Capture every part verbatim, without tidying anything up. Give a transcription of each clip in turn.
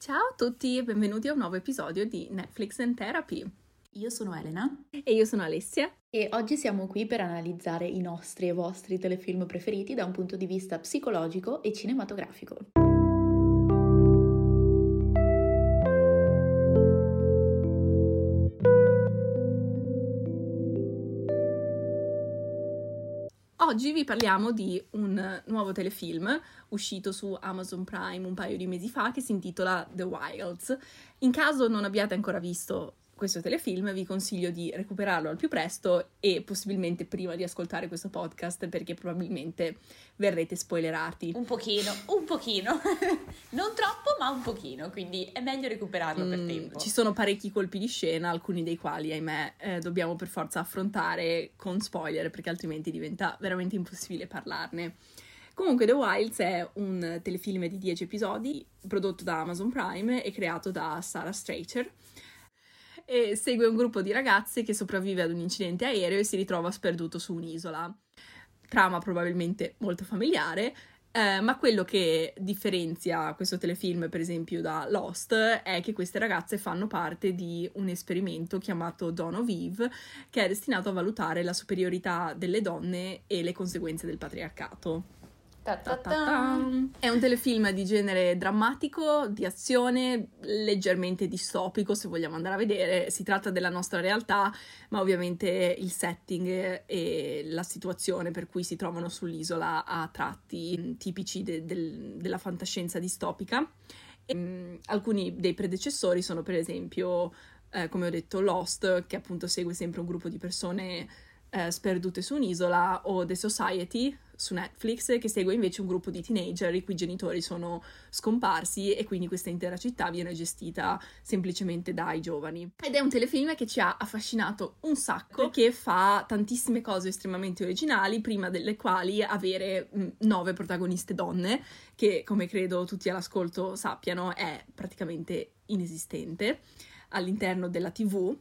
Ciao a tutti e benvenuti a un nuovo episodio di Netflix and Therapy. Io sono Elena E io sono Alessia. e oggi siamo qui per analizzare i nostri e vostri telefilm preferiti da un punto di vista psicologico e cinematografico. Oggi vi parliamo di un nuovo telefilm uscito su Amazon Prime un paio di mesi fa che si intitola The Wilds. In caso non abbiate ancora visto questo telefilm, vi consiglio di recuperarlo al più presto e possibilmente prima di ascoltare questo podcast, perché probabilmente verrete spoilerati. Un pochino, un pochino, non troppo ma un pochino, quindi è meglio recuperarlo per Mm, tempo. ci sono parecchi colpi di scena, alcuni dei quali, ahimè, eh, dobbiamo per forza affrontare con spoiler, perché altrimenti diventa veramente impossibile parlarne. Comunque The Wilds è un telefilm di dieci episodi prodotto da Amazon Prime e creato da Sarah Streicher e segue un gruppo di ragazze che sopravvive ad un incidente aereo e si ritrova sperduto su un'isola. Trama probabilmente molto familiare, eh, ma quello che differenzia questo telefilm, per esempio, da Lost è che queste ragazze fanno parte di un esperimento chiamato Dawn of Eve, che è destinato a valutare la superiorità delle donne e le conseguenze del patriarcato. Ta ta Ta ta ta. ta. È un telefilm di genere drammatico, di azione, leggermente distopico se vogliamo andare a vedere. Si tratta della nostra realtà, ma ovviamente il setting e la situazione per cui si trovano sull'isola ha tratti tipici de- del- della fantascienza distopica. E, mh, alcuni dei predecessori sono per esempio, eh, come ho detto, Lost, che appunto segue sempre un gruppo di persone eh, sperdute su un'isola, o The Society su Netflix, che segue invece un gruppo di teenager i cui genitori sono scomparsi e quindi questa intera città viene gestita semplicemente dai giovani. Ed è un telefilm che ci ha affascinato un sacco, perché fa tantissime cose estremamente originali, prima delle quali avere mh, nove protagoniste donne, che come credo tutti all'ascolto sappiano è praticamente inesistente all'interno della tivù.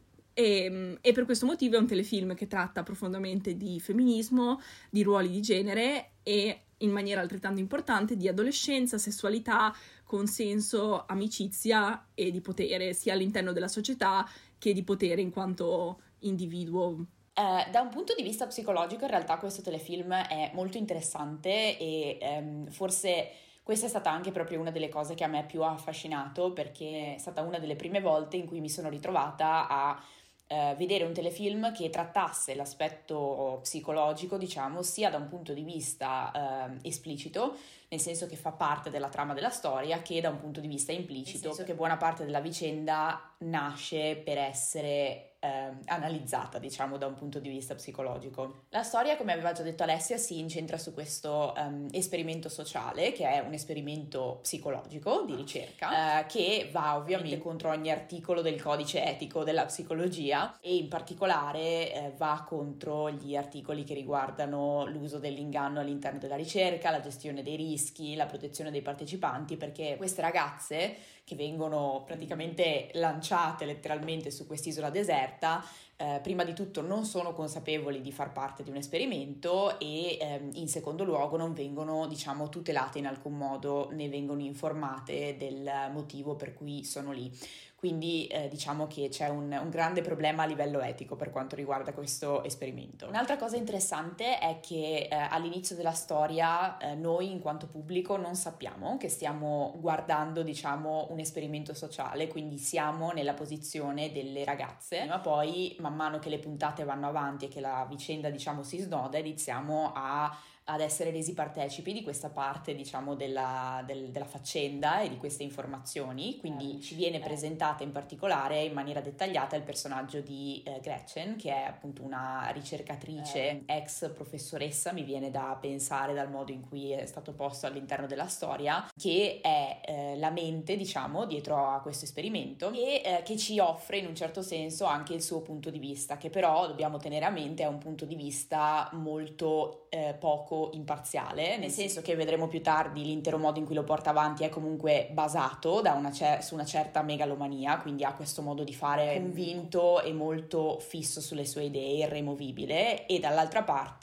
E, e per questo motivo è un telefilm che tratta profondamente di femminismo, di ruoli di genere e in maniera altrettanto importante di adolescenza, sessualità, consenso, amicizia e di potere, sia all'interno della società che di potere in quanto individuo. Eh, da un punto di vista psicologico in realtà questo telefilm è molto interessante e ehm, forse questa è stata anche proprio una delle cose che a me più ha affascinato, perché è stata una delle prime volte in cui mi sono ritrovata a eh, vedere un telefilm che trattasse l'aspetto psicologico, diciamo, sia da un punto di vista eh, esplicito, nel senso che fa parte della trama della storia, che da un punto di vista implicito, nel senso che buona parte della vicenda nasce per essere Eh, analizzata, diciamo, da un punto di vista psicologico. La storia, come aveva già detto Alessia, si incentra su questo um, esperimento sociale, che è un esperimento psicologico di ricerca, eh, che va ovviamente contro ogni articolo del codice etico della psicologia e in particolare eh, va contro gli articoli che riguardano l'uso dell'inganno all'interno della ricerca, la gestione dei rischi, la protezione dei partecipanti, perché queste ragazze che vengono praticamente lanciate letteralmente su quest'isola deserta, eh, prima di tutto non sono consapevoli di far parte di un esperimento e ehm, in secondo luogo non vengono, diciamo, tutelate in alcun modo, né vengono informate del motivo per cui sono lì. Quindi eh, diciamo che c'è un, un grande problema a livello etico per quanto riguarda questo esperimento. Un'altra cosa interessante è che eh, all'inizio della storia eh, noi in quanto pubblico non sappiamo che stiamo guardando, diciamo, un esperimento sociale, quindi siamo nella posizione delle ragazze, ma poi man mano che le puntate vanno avanti e che la vicenda, diciamo, si snoda, iniziamo a ad essere resi partecipi di questa parte, diciamo, della, del, della faccenda e di queste informazioni. Quindi ci viene presentata in particolare in maniera dettagliata il personaggio di eh, Gretchen, che è appunto una ricercatrice, ex professoressa, mi viene da pensare dal modo in cui è stato posto all'interno della storia, che è eh, la mente, diciamo, dietro a questo esperimento e eh, che ci offre in un certo senso anche il suo punto di vista, che però dobbiamo tenere a mente è un punto di vista molto eh, poco imparziale, nel senso che vedremo più tardi l'intero modo in cui lo porta avanti è comunque basato da una cer- su una certa megalomania, quindi ha questo modo di fare convinto e molto fisso sulle sue idee, irremovibile, e dall'altra parte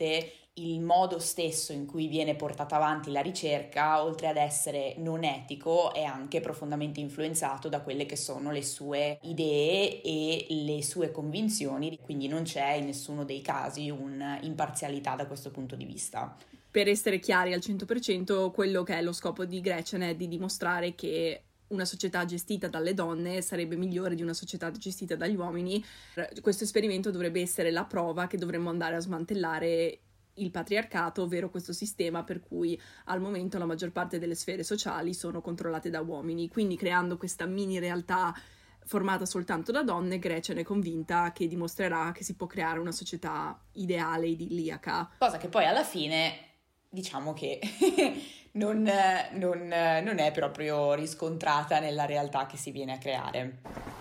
il modo stesso in cui viene portata avanti la ricerca, oltre ad essere non etico, è anche profondamente influenzato da quelle che sono le sue idee e le sue convinzioni, quindi non c'è in nessuno dei casi un'imparzialità da questo punto di vista. Per essere chiari al cento per cento, quello che è lo scopo di Gretchen è di dimostrare che una società gestita dalle donne sarebbe migliore di una società gestita dagli uomini. Questo esperimento dovrebbe essere la prova che dovremmo andare a smantellare il patriarcato, ovvero questo sistema per cui al momento la maggior parte delle sfere sociali sono controllate da uomini. Quindi, creando questa mini realtà formata soltanto da donne, Gretchen è convinta che dimostrerà che si può creare una società ideale, idilliaca. Cosa che poi alla fine, diciamo che non, non, non è proprio riscontrata nella realtà che si viene a creare.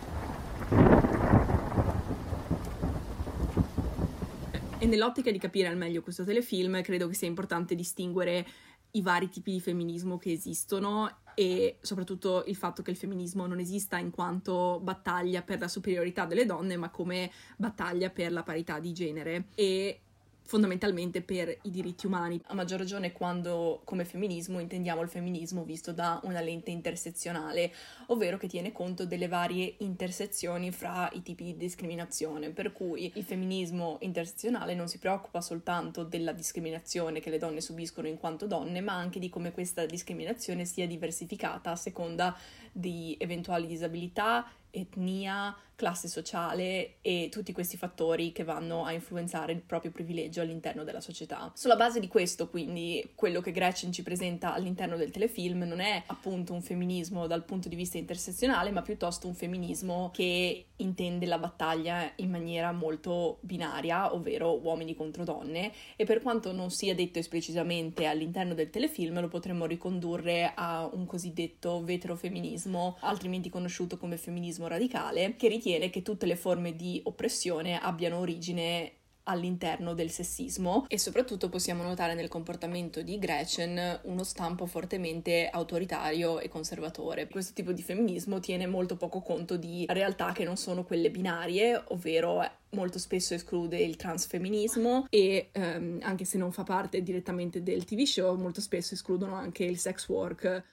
E nell'ottica di capire al meglio questo telefilm, credo che sia importante distinguere i vari tipi di femminismo che esistono e soprattutto il fatto che il femminismo non esista in quanto battaglia per la superiorità delle donne, ma come battaglia per la parità di genere e fondamentalmente per i diritti umani, a maggior ragione quando come femminismo intendiamo il femminismo visto da una lente intersezionale, ovvero che tiene conto delle varie intersezioni fra i tipi di discriminazione, per cui il femminismo intersezionale non si preoccupa soltanto della discriminazione che le donne subiscono in quanto donne, ma anche di come questa discriminazione sia diversificata a seconda di eventuali disabilità, etnia, classe sociale e tutti questi fattori che vanno a influenzare il proprio privilegio all'interno della società. Sulla base di questo, quindi, quello che Gretchen ci presenta all'interno del telefilm non è appunto un femminismo dal punto di vista intersezionale, ma piuttosto un femminismo che intende la battaglia in maniera molto binaria, ovvero uomini contro donne, e per quanto non sia detto esplicitamente all'interno del telefilm, lo potremmo ricondurre a un cosiddetto veterofemminismo, altrimenti conosciuto come femminismo radicale, che ritiene che tutte le forme di oppressione abbiano origine all'interno del sessismo e soprattutto possiamo notare nel comportamento di Gretchen uno stampo fortemente autoritario e conservatore. Questo tipo di femminismo tiene molto poco conto di realtà che non sono quelle binarie, ovvero molto spesso esclude il transfemminismo e ehm, anche se non fa parte direttamente del T V show, molto spesso escludono anche il sex work.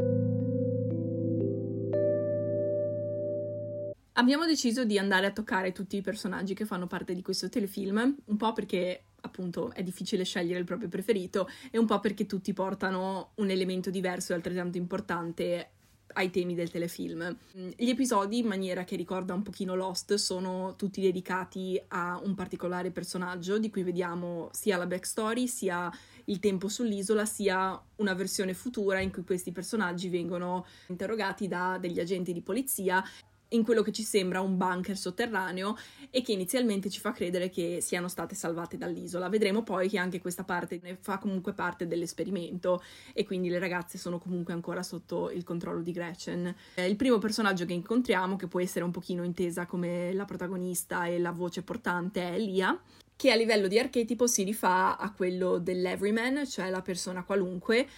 Abbiamo deciso di andare a toccare tutti i personaggi che fanno parte di questo telefilm, un po' perché appunto è difficile scegliere il proprio preferito e un po' perché tutti portano un elemento diverso e altrettanto importante ai temi del telefilm. Gli episodi, in maniera che ricorda un pochino Lost, sono tutti dedicati a un particolare personaggio di cui vediamo sia la backstory, sia il tempo sull'isola, sia una versione futura in cui questi personaggi vengono interrogati da degli agenti di polizia in quello che ci sembra un bunker sotterraneo e che inizialmente ci fa credere che siano state salvate dall'isola. Vedremo poi che anche questa parte ne fa comunque parte dell'esperimento e quindi le ragazze sono comunque ancora sotto il controllo di Gretchen. Eh, il primo personaggio che incontriamo, che può essere un pochino intesa come la protagonista e la voce portante, è Lia, che a livello di archetipo si rifà a quello dell'everyman, cioè la persona qualunque.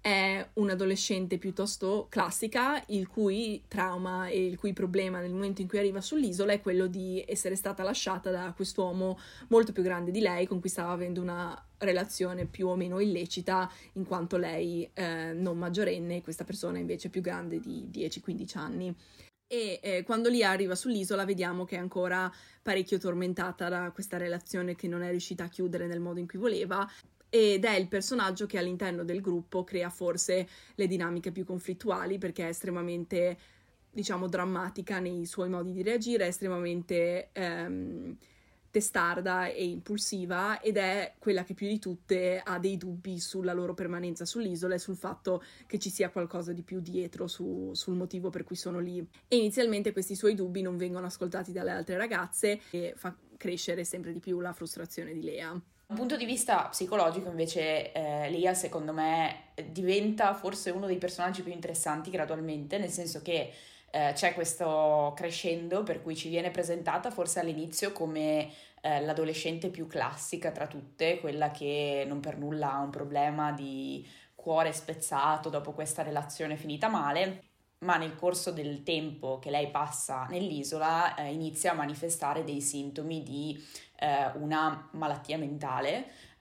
È un'adolescente piuttosto classica, il cui trauma e il cui problema nel momento in cui arriva sull'isola è quello di essere stata lasciata da quest'uomo molto più grande di lei, con cui stava avendo una relazione più o meno illecita, in quanto lei eh, non maggiorenne e questa persona invece più grande di dieci quindici anni. E eh, quando Lia arriva sull'isola vediamo che è ancora parecchio tormentata da questa relazione che non è riuscita a chiudere nel modo in cui voleva, ed è il personaggio che all'interno del gruppo crea forse le dinamiche più conflittuali, perché è estremamente, diciamo, drammatica nei suoi modi di reagire, è estremamente ehm, testarda e impulsiva, ed è quella che più di tutte ha dei dubbi sulla loro permanenza sull'isola e sul fatto che ci sia qualcosa di più dietro su, sul motivo per cui sono lì. E inizialmente questi suoi dubbi non vengono ascoltati dalle altre ragazze e fa crescere sempre di più la frustrazione di Lea. Da un punto di vista psicologico invece eh, Lia secondo me diventa forse uno dei personaggi più interessanti gradualmente, nel senso che eh, c'è questo crescendo per cui ci viene presentata forse all'inizio come eh, l'adolescente più classica tra tutte, quella che non per nulla ha un problema di cuore spezzato dopo questa relazione finita male, ma nel corso del tempo che lei passa nell'isola eh, inizia a manifestare dei sintomi di eh, una malattia mentale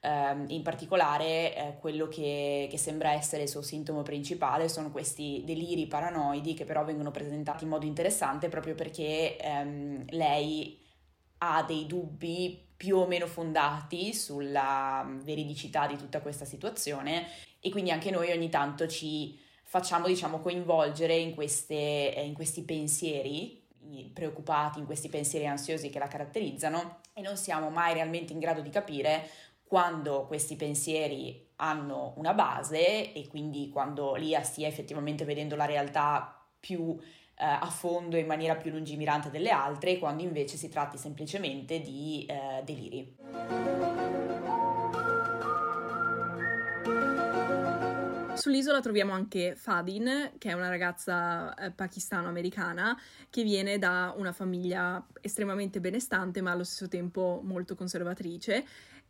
Um, in particolare eh, quello che, che sembra essere il suo sintomo principale sono questi deliri paranoidi, che però vengono presentati in modo interessante proprio perché um, lei ha dei dubbi più o meno fondati sulla veridicità di tutta questa situazione, e quindi anche noi ogni tanto ci facciamo, diciamo, coinvolgere in, queste, in questi pensieri preoccupati, in questi pensieri ansiosi che la caratterizzano, e non siamo mai realmente in grado di capire quando questi pensieri hanno una base, e quindi quando Lia stia effettivamente vedendo la realtà più eh, a fondo, in maniera più lungimirante delle altre, e quando invece si tratti semplicemente di eh, deliri. Sull'isola troviamo anche Fadin, che è una ragazza eh, pakistano-americana che viene da una famiglia estremamente benestante ma allo stesso tempo molto conservatrice,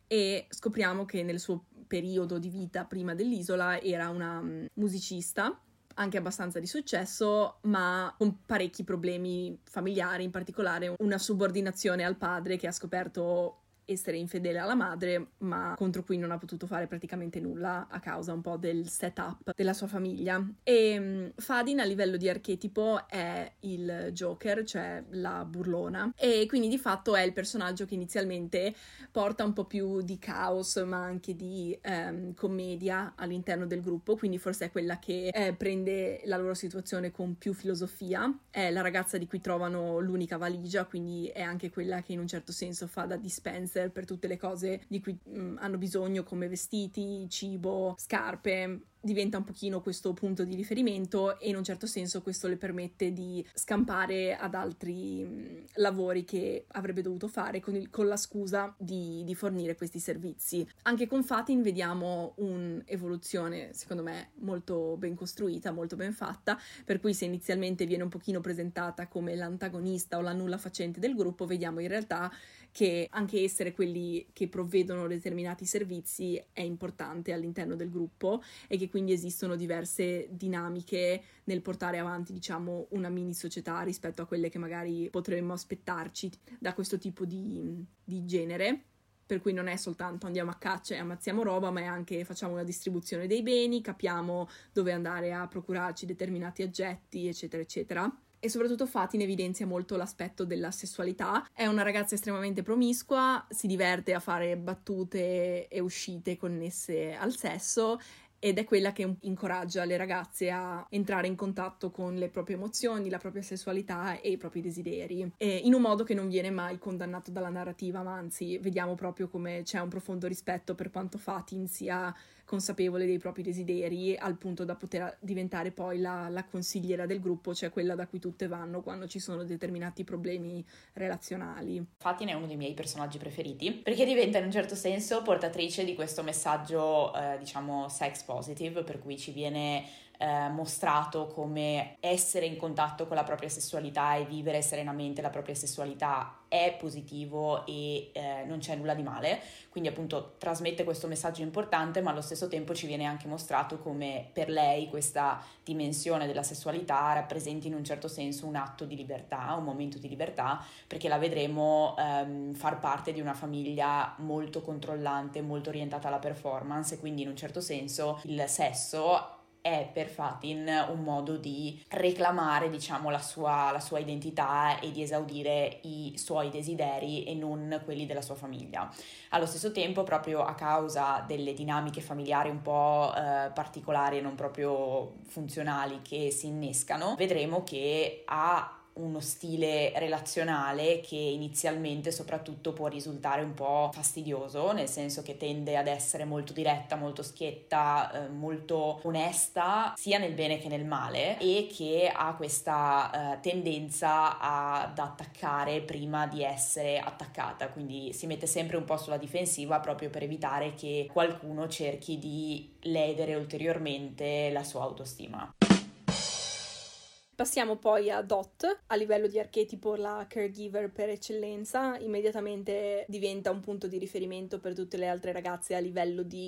e scopriamo che nel suo periodo di vita prima dell'isola era una um, musicista, anche abbastanza di successo, ma con parecchi problemi familiari, in particolare una subordinazione al padre che ha scoperto essere infedele alla madre, ma contro cui non ha potuto fare praticamente nulla a causa un po' del setup della sua famiglia. E um, Fadin a livello di archetipo è il Joker, cioè la burlona, e quindi di fatto è il personaggio che inizialmente porta un po' più di caos ma anche di um, commedia all'interno del gruppo, quindi forse è quella che eh, prende la loro situazione con più filosofia. È la ragazza di cui trovano l'unica valigia, quindi è anche quella che in un certo senso fa da dispenser per tutte le cose di cui mh, hanno bisogno, come vestiti, cibo, scarpe. Diventa un pochino questo punto di riferimento, e in un certo senso questo le permette di scampare ad altri mh, lavori che avrebbe dovuto fare con, il, con la scusa di, di fornire questi servizi. Anche con Fatin vediamo un'evoluzione secondo me molto ben costruita, molto ben fatta, per cui se inizialmente viene un pochino presentata come l'antagonista o la nulla facente del gruppo, vediamo in realtà che anche essere quelli che provvedono determinati servizi è importante all'interno del gruppo, e che quindi esistono diverse dinamiche nel portare avanti, diciamo, una mini società rispetto a quelle che magari potremmo aspettarci da questo tipo di, di genere. Per cui non è soltanto andiamo a caccia e ammazziamo roba, ma è anche facciamo una distribuzione dei beni, capiamo dove andare a procurarci determinati oggetti, eccetera, eccetera. E soprattutto Fatin evidenzia molto l'aspetto della sessualità. È una ragazza estremamente promiscua, si diverte a fare battute e uscite connesse al sesso, ed è quella che incoraggia le ragazze a entrare in contatto con le proprie emozioni, la propria sessualità e i propri desideri, e in un modo che non viene mai condannato dalla narrativa, ma anzi vediamo proprio come c'è un profondo rispetto per quanto Fatin sia consapevole dei propri desideri, al punto da poter diventare poi la, la consigliera del gruppo, cioè quella da cui tutte vanno quando ci sono determinati problemi relazionali. Fatin è uno dei miei personaggi preferiti, perché diventa in un certo senso portatrice di questo messaggio, eh, diciamo, sex positive, per cui ci viene eh, mostrato come essere in contatto con la propria sessualità e vivere serenamente la propria sessualità è positivo e eh, non c'è nulla di male, quindi appunto trasmette questo messaggio importante, ma allo stesso tempo ci viene anche mostrato come per lei questa dimensione della sessualità rappresenti in un certo senso un atto di libertà, un momento di libertà, perché la vedremo ehm, far parte di una famiglia molto controllante, molto orientata alla performance, e quindi in un certo senso il sesso è per Fatin un modo di reclamare, diciamo, la sua, la sua identità e di esaudire i suoi desideri e non quelli della sua famiglia. Allo stesso tempo, proprio a causa delle dinamiche familiari un po' eh, particolari e non proprio funzionali che si innescano, vedremo che ha uno stile relazionale che inizialmente soprattutto può risultare un po' fastidioso, nel senso che tende ad essere molto diretta, molto schietta, eh, molto onesta, sia nel bene che nel male, e che ha questa eh, tendenza ad attaccare prima di essere attaccata, quindi si mette sempre un po' sulla difensiva proprio per evitare che qualcuno cerchi di ledere ulteriormente la sua autostima. Passiamo poi a Dot, a livello di archetipo la caregiver per eccellenza, immediatamente diventa un punto di riferimento per tutte le altre ragazze a livello di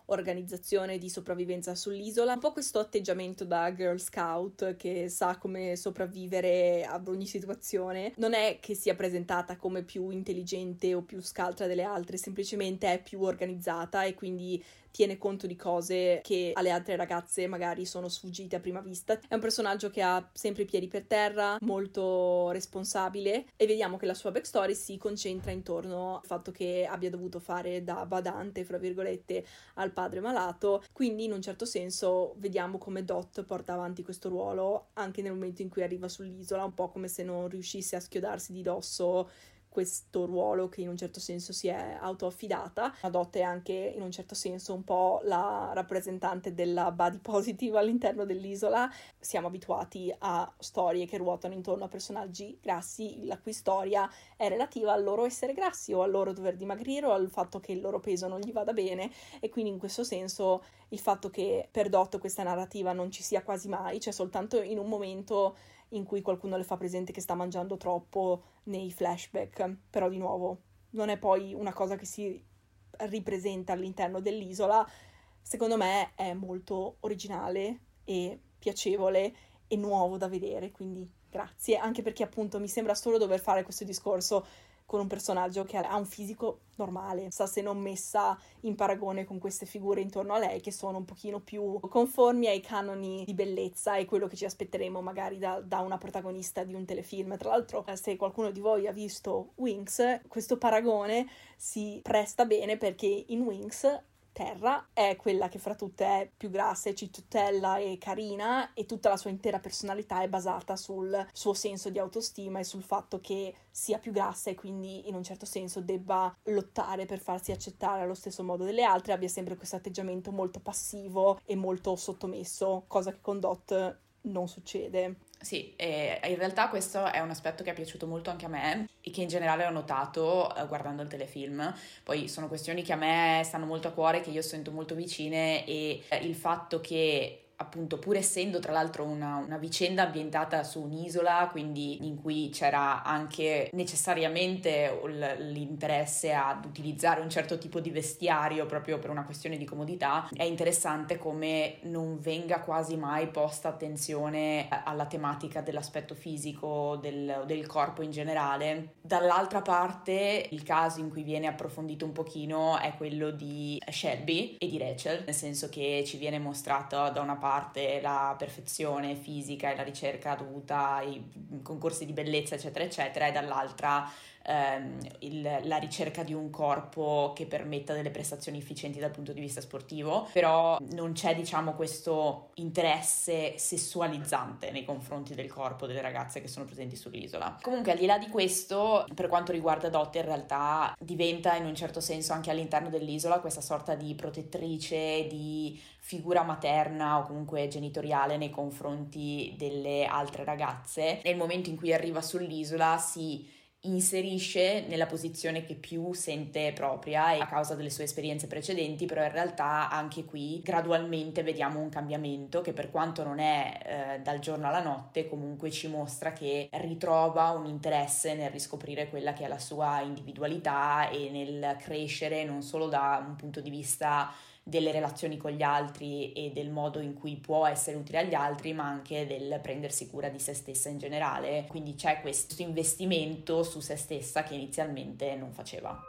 organizzazione, di sopravvivenza sull'isola, un po' questo atteggiamento da Girl Scout che sa come sopravvivere ad ogni situazione. Non è che sia presentata come più intelligente o più scaltra delle altre, semplicemente è più organizzata e quindi tiene conto di cose che alle altre ragazze magari sono sfuggite a prima vista. È un personaggio che ha sempre i piedi per terra, molto responsabile, e vediamo che la sua backstory si concentra intorno al fatto che abbia dovuto fare da badante, fra virgolette, al padre malato. Quindi in un certo senso vediamo come Dot porta avanti questo ruolo anche nel momento in cui arriva sull'isola, un po' come se non riuscisse a schiodarsi di dosso questo ruolo che in un certo senso si è autoaffidata. La Dot è anche in un certo senso un po' la rappresentante della body positive all'interno dell'isola. Siamo abituati a storie che ruotano intorno a personaggi grassi, la cui storia è relativa al loro essere grassi o al loro dover dimagrire o al fatto che il loro peso non gli vada bene, e quindi in questo senso il fatto che per Dot questa narrativa non ci sia quasi mai, c'è soltanto in un momento in cui qualcuno le fa presente che sta mangiando troppo nei flashback, però di nuovo non è poi una cosa che si ripresenta all'interno dell'isola. Secondo me è molto originale e piacevole e nuovo da vedere, quindi grazie, anche perché appunto mi sembra solo dover fare questo discorso con un personaggio che ha un fisico normale, sa se non messa in paragone con queste figure intorno a lei che sono un pochino più conformi ai canoni di bellezza e quello che ci aspetteremo magari da, da una protagonista di un telefilm. Tra l'altro, se qualcuno di voi ha visto Winx, questo paragone si presta bene perché in Winx Terra è quella che fra tutte è più grassa e cicciottella e carina, e tutta la sua intera personalità è basata sul suo senso di autostima e sul fatto che sia più grassa e quindi in un certo senso debba lottare per farsi accettare allo stesso modo delle altre, abbia sempre questo atteggiamento molto passivo e molto sottomesso, cosa che con Dot non succede. Sì, e in realtà questo è un aspetto che è piaciuto molto anche a me e che in generale ho notato eh, guardando il telefilm. Poi sono questioni che a me stanno molto a cuore, che io sento molto vicine, e eh, il fatto che appunto, pur essendo tra l'altro una, una vicenda ambientata su un'isola, quindi in cui c'era anche necessariamente l'interesse ad utilizzare un certo tipo di vestiario proprio per una questione di comodità, è interessante come non venga quasi mai posta attenzione alla tematica dell'aspetto fisico del, del corpo in generale. Dall'altra parte, il caso in cui viene approfondito un pochino è quello di Shelby e di Rachel, nel senso che ci viene mostrato da una parte parte la perfezione fisica e la ricerca dovuta ai concorsi di bellezza eccetera eccetera, e dall'altra ehm, il, la ricerca di un corpo che permetta delle prestazioni efficienti dal punto di vista sportivo, però non c'è diciamo questo interesse sessualizzante nei confronti del corpo delle ragazze che sono presenti sull'isola. Comunque, al di là di questo, per quanto riguarda Dot, in realtà diventa in un certo senso anche all'interno dell'isola questa sorta di protettrice, di figura materna o comunque genitoriale nei confronti delle altre ragazze. Nel momento in cui arriva sull'isola si inserisce nella posizione che più sente propria e a causa delle sue esperienze precedenti, però in realtà anche qui gradualmente vediamo un cambiamento che, per quanto non è eh, dal giorno alla notte, comunque ci mostra che ritrova un interesse nel riscoprire quella che è la sua individualità e nel crescere non solo da un punto di vista delle relazioni con gli altri e del modo in cui può essere utile agli altri, ma anche del prendersi cura di se stessa in generale. Quindi c'è questo investimento su se stessa che inizialmente non faceva.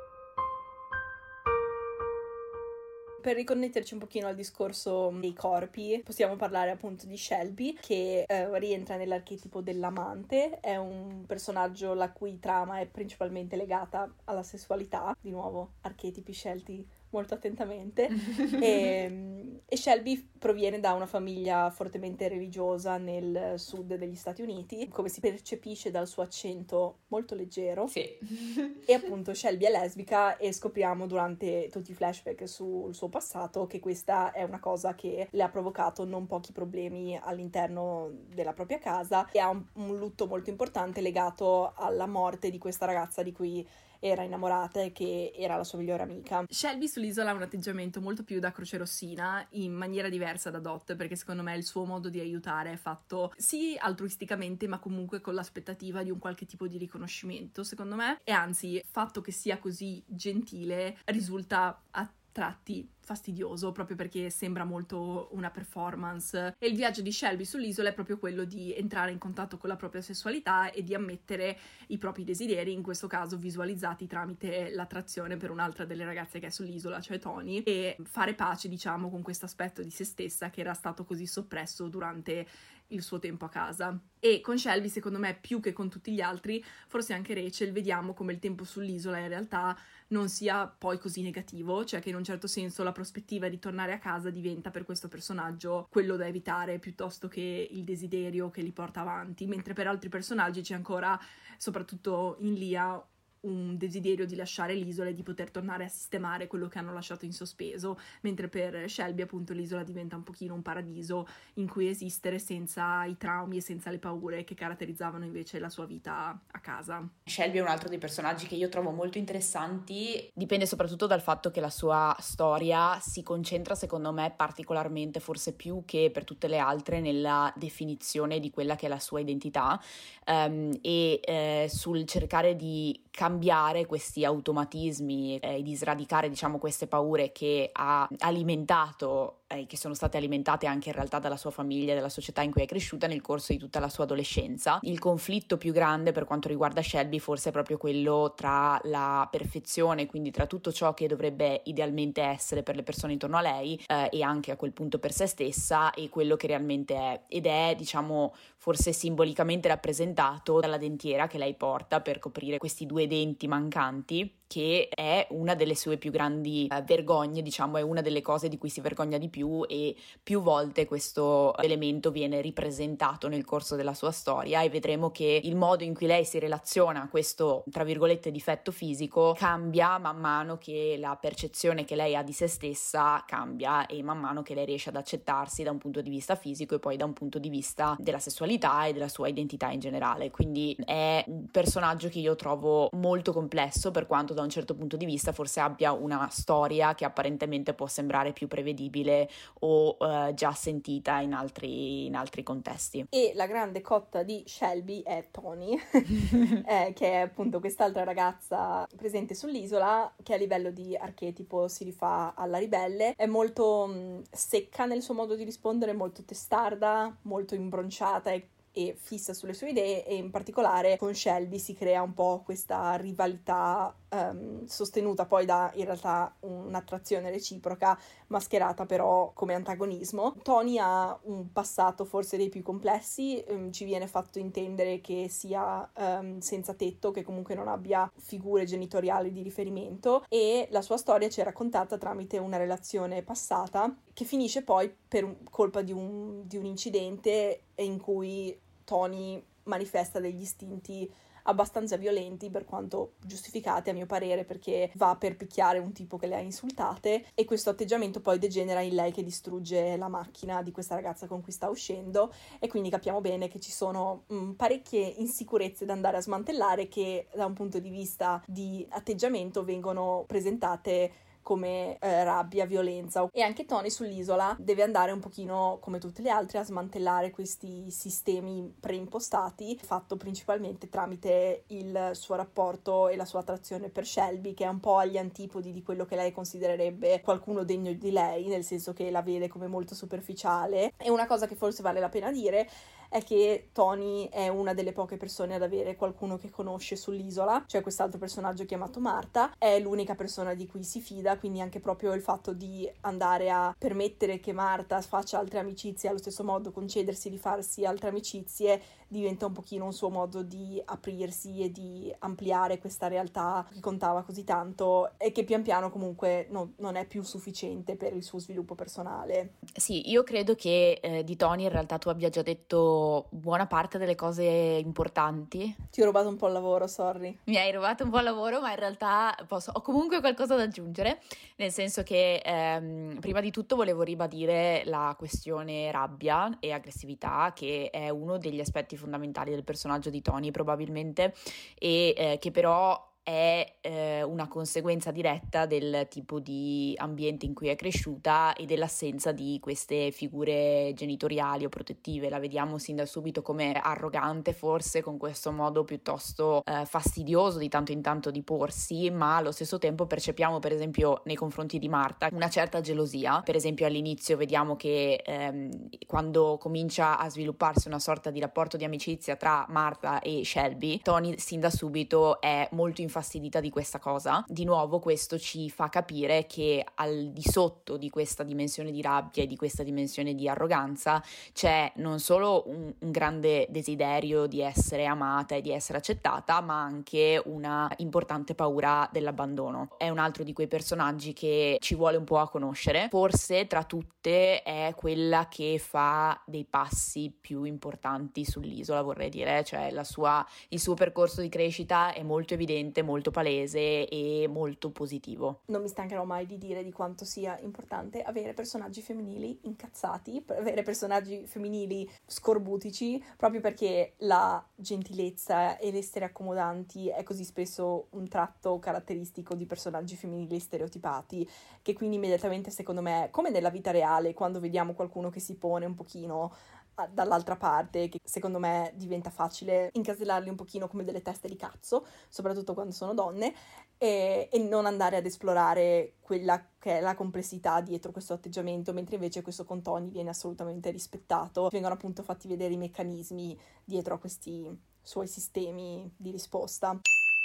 Per riconnetterci un pochino al discorso dei corpi, possiamo parlare appunto di Shelby, che eh, rientra nell'archetipo dell'amante. È un personaggio la cui trama è principalmente legata alla sessualità, di nuovo archetipi scelti molto attentamente. e, e Shelby proviene da una famiglia fortemente religiosa nel sud degli Stati Uniti, come si percepisce dal suo accento molto leggero. Sì. E appunto Shelby è lesbica e scopriamo durante tutti i flashback sul suo passato che questa è una cosa che le ha provocato non pochi problemi all'interno della propria casa, e ha un, un lutto molto importante legato alla morte di questa ragazza di cui era innamorata e che era la sua migliore amica. Shelby sull'isola ha un atteggiamento molto più da crocerossina, in maniera diversa da Dot, perché secondo me il suo modo di aiutare è fatto sì altruisticamente, ma comunque con l'aspettativa di un qualche tipo di riconoscimento, secondo me, e anzi il fatto che sia così gentile risulta a tratti fastidioso, proprio perché sembra molto una performance. E il viaggio di Shelby sull'isola è proprio quello di entrare in contatto con la propria sessualità e di ammettere i propri desideri, in questo caso visualizzati tramite l'attrazione per un'altra delle ragazze che è sull'isola, cioè Tony, e fare pace, diciamo, con questo aspetto di se stessa che era stato così soppresso durante il suo tempo a casa. E con Shelby, secondo me, più che con tutti gli altri, forse anche Rachel, vediamo come il tempo sull'isola in realtà non sia poi così negativo, cioè che in un certo senso la prospettiva di tornare a casa diventa per questo personaggio quello da evitare piuttosto che il desiderio che li porta avanti, mentre per altri personaggi c'è ancora, soprattutto in Lia, un desiderio di lasciare l'isola e di poter tornare a sistemare quello che hanno lasciato in sospeso, mentre per Shelby appunto l'isola diventa un pochino un paradiso in cui esistere senza i traumi e senza le paure che caratterizzavano invece la sua vita a casa. Shelby è un altro dei personaggi che io trovo molto interessanti, dipende soprattutto dal fatto che la sua storia si concentra, secondo me, particolarmente, forse più che per tutte le altre, nella definizione di quella che è la sua identità um, e eh, sul cercare di cambiare questi automatismi e eh, di sradicare, diciamo, queste paure che ha alimentato e che sono state alimentate anche in realtà dalla sua famiglia, dalla società in cui è cresciuta nel corso di tutta la sua adolescenza. Il conflitto più grande per quanto riguarda Shelby forse è proprio quello tra la perfezione, quindi tra tutto ciò che dovrebbe idealmente essere per le persone intorno a lei eh, e anche a quel punto per se stessa, e quello che realmente è, ed è, diciamo, forse simbolicamente rappresentato dalla dentiera che lei porta per coprire questi due denti mancanti, che è una delle sue più grandi eh, vergogne, diciamo, è una delle cose di cui si vergogna di più, e più volte questo elemento viene ripresentato nel corso della sua storia, e vedremo che il modo in cui lei si relaziona a questo, tra virgolette, difetto fisico cambia man mano che la percezione che lei ha di se stessa cambia, e man mano che lei riesce ad accettarsi da un punto di vista fisico e poi da un punto di vista della sessualità e della sua identità in generale. Quindi è un personaggio che io trovo molto complesso, per quanto da un certo punto di vista forse abbia una storia che apparentemente può sembrare più prevedibile o uh, già sentita in altri, in altri contesti. E la grande cotta di Shelby è Tony, eh, che è appunto quest'altra ragazza presente sull'isola, che a livello di archetipo si rifà alla ribelle. È molto mh, secca nel suo modo di rispondere, molto testarda, molto imbronciata e e fissa sulle sue idee, e in particolare con Shelby si crea un po' questa rivalità um, sostenuta poi da in realtà un'attrazione reciproca, mascherata però come antagonismo. Tony ha un passato forse dei più complessi, um, ci viene fatto intendere che sia um, senza tetto, che comunque non abbia figure genitoriali di riferimento, e la sua storia ci è raccontata tramite una relazione passata che finisce poi per colpa di un, di un incidente in cui Tony manifesta degli istinti abbastanza violenti, per quanto giustificati a mio parere, perché va per picchiare un tipo che le ha insultate, e questo atteggiamento poi degenera in lei che distrugge la macchina di questa ragazza con cui sta uscendo, e quindi capiamo bene che ci sono mh, parecchie insicurezze da andare a smantellare, che da un punto di vista di atteggiamento vengono presentate come eh, rabbia, violenza. E anche Tony sull'isola deve andare un pochino, come tutte le altre, a smantellare questi sistemi preimpostati, fatto principalmente tramite il suo rapporto e la sua attrazione per Shelby, che è un po' agli antipodi di quello che lei considererebbe qualcuno degno di lei, nel senso che la vede come molto superficiale. E una cosa che forse vale la pena dire è che Tony è una delle poche persone ad avere qualcuno che conosce sull'isola, cioè quest'altro personaggio chiamato Marta. È l'unica persona di cui si fida, quindi anche proprio il fatto di andare a permettere che Marta faccia altre amicizie, allo stesso modo concedersi di farsi altre amicizie, diventa un pochino un suo modo di aprirsi e di ampliare questa realtà che contava così tanto e che pian piano comunque no, non è più sufficiente per il suo sviluppo personale. Sì, io credo che eh, di Tony in realtà tu abbia già detto buona parte delle cose importanti. Ti ho rubato un po' il lavoro, sorry. Mi hai rubato un po' il lavoro, ma in realtà posso, ho comunque qualcosa da aggiungere, nel senso che ehm, prima di tutto volevo ribadire la questione rabbia e aggressività, che è uno degli aspetti fondamentali del personaggio di Tony probabilmente, e eh, che però è eh, una conseguenza diretta del tipo di ambiente in cui è cresciuta e dell'assenza di queste figure genitoriali o protettive. La vediamo sin da subito come arrogante, forse, con questo modo piuttosto eh, fastidioso di tanto in tanto di porsi, ma allo stesso tempo percepiamo, per esempio, nei confronti di Marta una certa gelosia. Per esempio all'inizio vediamo che ehm, quando comincia a svilupparsi una sorta di rapporto di amicizia tra Marta e Shelby, Tony sin da subito è molto infastidita di questa cosa. Di nuovo questo ci fa capire che al di sotto di questa dimensione di rabbia e di questa dimensione di arroganza c'è non solo un, un grande desiderio di essere amata e di essere accettata, ma anche una importante paura dell'abbandono. È un altro di quei personaggi che ci vuole un po' a conoscere. Forse tra tutte è quella che fa dei passi più importanti sull'isola, vorrei dire, cioè la sua, il suo percorso di crescita è molto evidente, molto palese e molto positivo. Non mi stancherò mai di dire di quanto sia importante avere personaggi femminili incazzati, avere personaggi femminili scorbutici, proprio perché la gentilezza e l'essere accomodanti è così spesso un tratto caratteristico di personaggi femminili stereotipati, che quindi immediatamente, secondo me, come nella vita reale, quando vediamo qualcuno che si pone un pochino dall'altra parte, che secondo me diventa facile incasellarli un pochino come delle teste di cazzo, soprattutto quando sono donne, e, e non andare ad esplorare quella che è la complessità dietro questo atteggiamento, mentre invece questo con Tony viene assolutamente rispettato, vengono appunto fatti vedere i meccanismi dietro a questi suoi sistemi di risposta.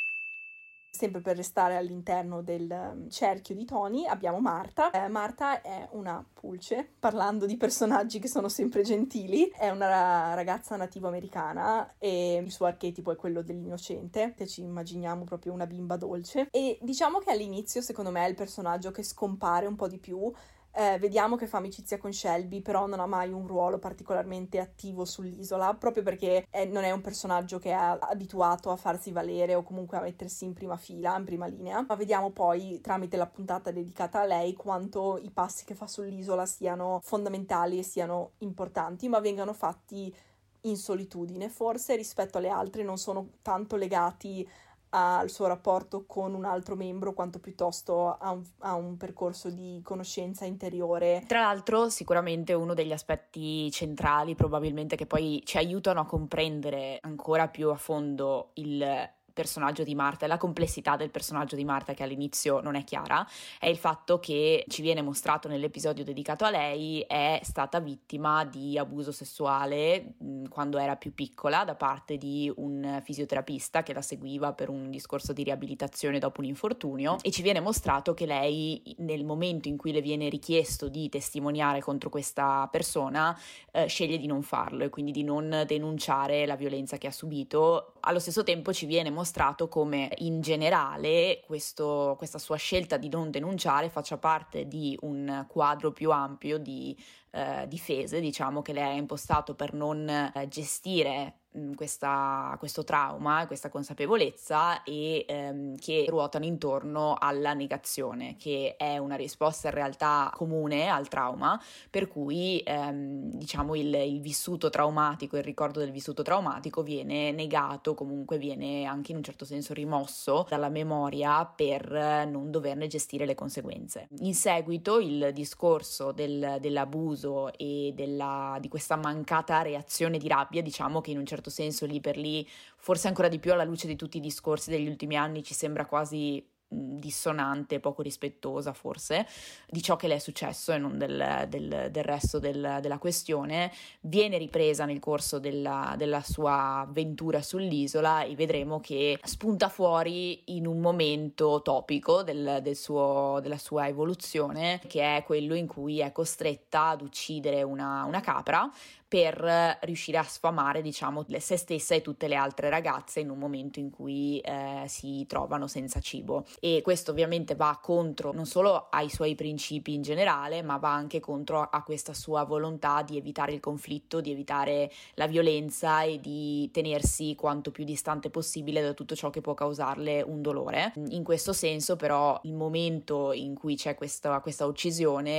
Sempre per restare all'interno del cerchio di Tony abbiamo Marta. Eh, Marta è una pulce, parlando di personaggi che sono sempre gentili, è una ragazza nativa americana e il suo archetipo è quello dell'innocente, che ci immaginiamo proprio una bimba dolce, e diciamo che all'inizio secondo me è il personaggio che scompare un po' di più. Eh, vediamo che fa amicizia con Shelby, però non ha mai un ruolo particolarmente attivo sull'isola, proprio perché è, non è un personaggio che è abituato a farsi valere o comunque a mettersi in prima fila, in prima linea. Ma vediamo poi, tramite la puntata dedicata a lei, quanto i passi che fa sull'isola siano fondamentali e siano importanti, ma vengano fatti in solitudine. Forse rispetto alle altre non sono tanto legati al suo rapporto con un altro membro quanto piuttosto a un, a un percorso di conoscenza interiore. Tra l'altro sicuramente uno degli aspetti centrali, probabilmente, che poi ci aiutano a comprendere ancora più a fondo il personaggio di Marta e la complessità del personaggio di Marta, che all'inizio non è chiara, è il fatto che ci viene mostrato nell'episodio dedicato a lei è stata vittima di abuso sessuale mh, quando era più piccola da parte di un fisioterapista che la seguiva per un discorso di riabilitazione dopo un infortunio, e ci viene mostrato che lei, nel momento in cui le viene richiesto di testimoniare contro questa persona, eh, sceglie di non farlo e quindi di non denunciare la violenza che ha subito. Allo stesso tempo ci viene mostrato come in generale questo, questa sua scelta di non denunciare faccia parte di un quadro più ampio di eh, difese, diciamo, che lei ha impostato per non eh, gestire Questa, questo trauma, questa consapevolezza, e ehm, che ruotano intorno alla negazione, che è una risposta in realtà comune al trauma, per cui ehm, diciamo il, il vissuto traumatico, il ricordo del vissuto traumatico viene negato, comunque viene anche in un certo senso rimosso dalla memoria per non doverne gestire le conseguenze. In seguito il discorso del, dell'abuso e della, di questa mancata reazione di rabbia, diciamo che in un certo senso lì per lì, forse ancora di più alla luce di tutti i discorsi degli ultimi anni, ci sembra quasi dissonante, poco rispettosa forse di ciò che le è successo e non del, del, del resto del, della questione. Viene ripresa nel corso della, della sua avventura sull'isola e vedremo che spunta fuori in un momento topico del, del suo, della sua evoluzione, che è quello in cui è costretta ad uccidere una, una capra per riuscire a sfamare, diciamo, se stessa e tutte le altre ragazze in un momento in cui eh, si trovano senza cibo. E questo ovviamente va contro non solo ai suoi principi in generale, ma va anche contro a questa sua volontà di evitare il conflitto, di evitare la violenza e di tenersi quanto più distante possibile da tutto ciò che può causarle un dolore. In questo senso però il momento in cui c'è questa, questa uccisione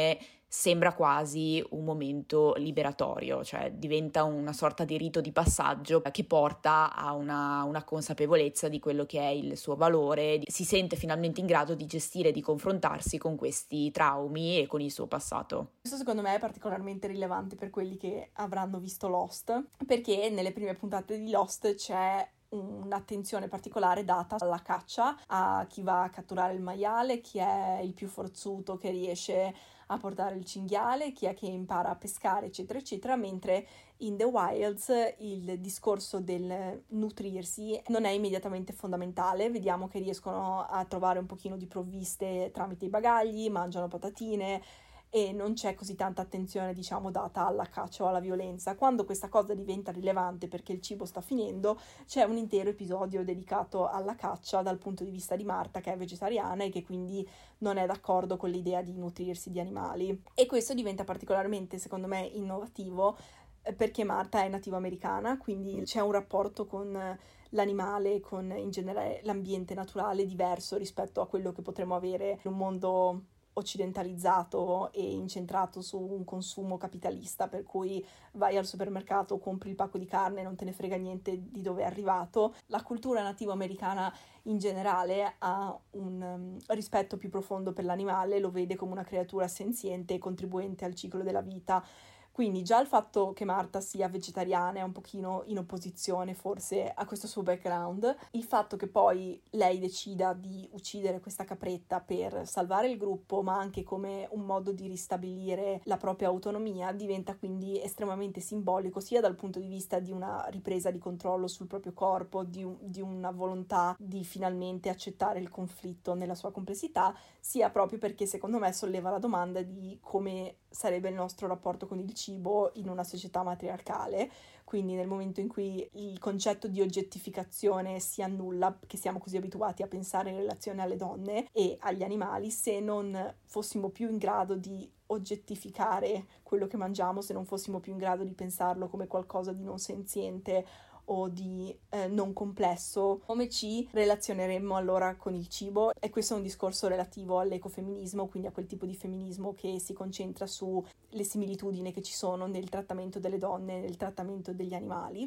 sembra quasi un momento liberatorio, cioè diventa una sorta di rito di passaggio che porta a una, una consapevolezza di quello che è il suo valore, si sente finalmente in grado di gestire e di confrontarsi con questi traumi e con il suo passato. Questo secondo me è particolarmente rilevante per quelli che avranno visto Lost, perché nelle prime puntate di Lost c'è un'attenzione particolare data alla caccia, a chi va a catturare il maiale, chi è il più forzuto che riesce a portare il cinghiale, chi è che impara a pescare, eccetera, eccetera, mentre in The Wilds il discorso del nutrirsi non è immediatamente fondamentale. Vediamo che riescono a trovare un pochino di provviste tramite i bagagli, mangiano patatine, e non c'è così tanta attenzione, diciamo, data alla caccia o alla violenza. Quando questa cosa diventa rilevante perché il cibo sta finendo, c'è un intero episodio dedicato alla caccia dal punto di vista di Marta, che è vegetariana e che quindi non è d'accordo con l'idea di nutrirsi di animali. E questo diventa particolarmente, secondo me, innovativo perché Marta è nativa americana, quindi c'è un rapporto con l'animale, con in genere l'ambiente naturale diverso rispetto a quello che potremmo avere in un mondo occidentalizzato e incentrato su un consumo capitalista, per cui vai al supermercato, compri il pacco di carne e non te ne frega niente di dove è arrivato. La cultura nativa americana in generale ha un um, rispetto più profondo per l'animale, lo vede come una creatura senziente e contribuente al ciclo della vita. Quindi già il fatto che Marta sia vegetariana è un pochino in opposizione forse a questo suo background. Il fatto che poi lei decida di uccidere questa capretta per salvare il gruppo, ma anche come un modo di ristabilire la propria autonomia, diventa quindi estremamente simbolico, sia dal punto di vista di una ripresa di controllo sul proprio corpo, di, un, di una volontà di finalmente accettare il conflitto nella sua complessità, sia proprio perché secondo me solleva la domanda di come sarebbe il nostro rapporto con il cibo in una società matriarcale. Quindi nel momento in cui il concetto di oggettificazione si annulla, che siamo così abituati a pensare in relazione alle donne e agli animali, se non fossimo più in grado di oggettificare quello che mangiamo, se non fossimo più in grado di pensarlo come qualcosa di non senziente o di eh, non complesso, come ci relazioneremmo allora con il cibo? E questo è un discorso relativo all'ecofemminismo, quindi a quel tipo di femminismo che si concentra sulle similitudini che ci sono nel trattamento delle donne, nel trattamento degli animali.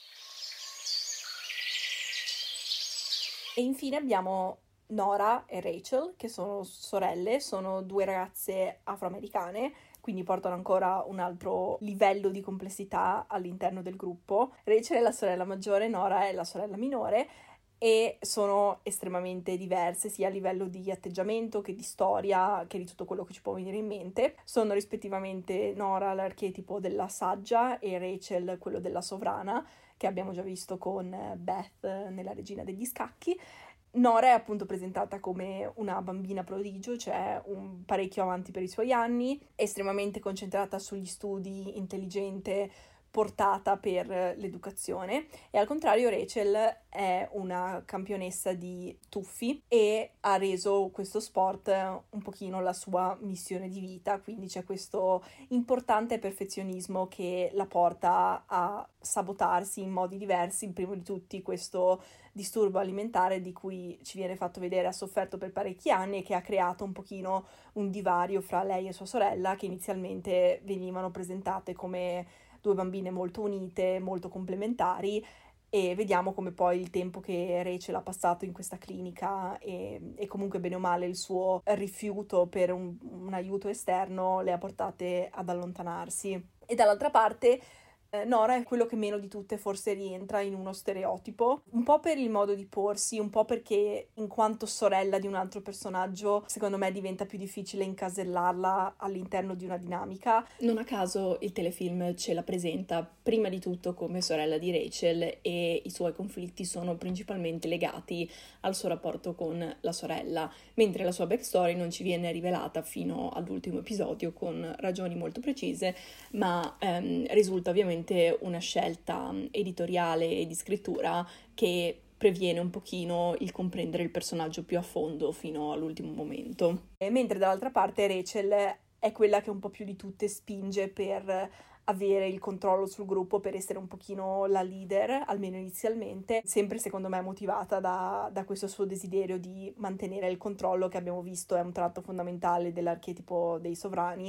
E infine abbiamo Nora e Rachel, che sono sorelle, sono due ragazze afroamericane, quindi portano ancora un altro livello di complessità all'interno del gruppo. Rachel è la sorella maggiore, Nora è la sorella minore, e sono estremamente diverse sia a livello di atteggiamento che di storia, che di tutto quello che ci può venire in mente. Sono rispettivamente Nora l'archetipo della saggia e Rachel quello della sovrana, che abbiamo già visto con Beth nella Regina degli Scacchi. Nora è appunto presentata come una bambina prodigio, cioè un parecchio avanti per i suoi anni, estremamente concentrata sugli studi, intelligente, portata per l'educazione, e al contrario Rachel è una campionessa di tuffi e ha reso questo sport un pochino la sua missione di vita, quindi c'è questo importante perfezionismo che la porta a sabotarsi in modi diversi. Primo di tutti questo disturbo alimentare di cui ci viene fatto vedere ha sofferto per parecchi anni e che ha creato un pochino un divario fra lei e sua sorella, che inizialmente venivano presentate come due bambine molto unite, molto complementari, e vediamo come poi il tempo che Rachel ha passato in questa clinica e, e comunque bene o male il suo rifiuto per un, un aiuto esterno le ha portate ad allontanarsi. E dall'altra parte Nora è quello che meno di tutte forse rientra in uno stereotipo, un po' per il modo di porsi, un po' perché in quanto sorella di un altro personaggio secondo me diventa più difficile incasellarla all'interno di una dinamica. Non a caso il telefilm ce la presenta prima di tutto come sorella di Rachel e i suoi conflitti sono principalmente legati al suo rapporto con la sorella, mentre la sua backstory non ci viene rivelata fino all'ultimo episodio con ragioni molto precise, ma ehm, risulta ovviamente una scelta editoriale e di scrittura che previene un pochino il comprendere il personaggio più a fondo fino all'ultimo momento. E mentre dall'altra parte Rachel è quella che un po' più di tutte spinge per avere il controllo sul gruppo, per essere un pochino la leader, almeno inizialmente, sempre secondo me motivata da, da questo suo desiderio di mantenere il controllo, che abbiamo visto è un tratto fondamentale dell'archetipo dei sovrani,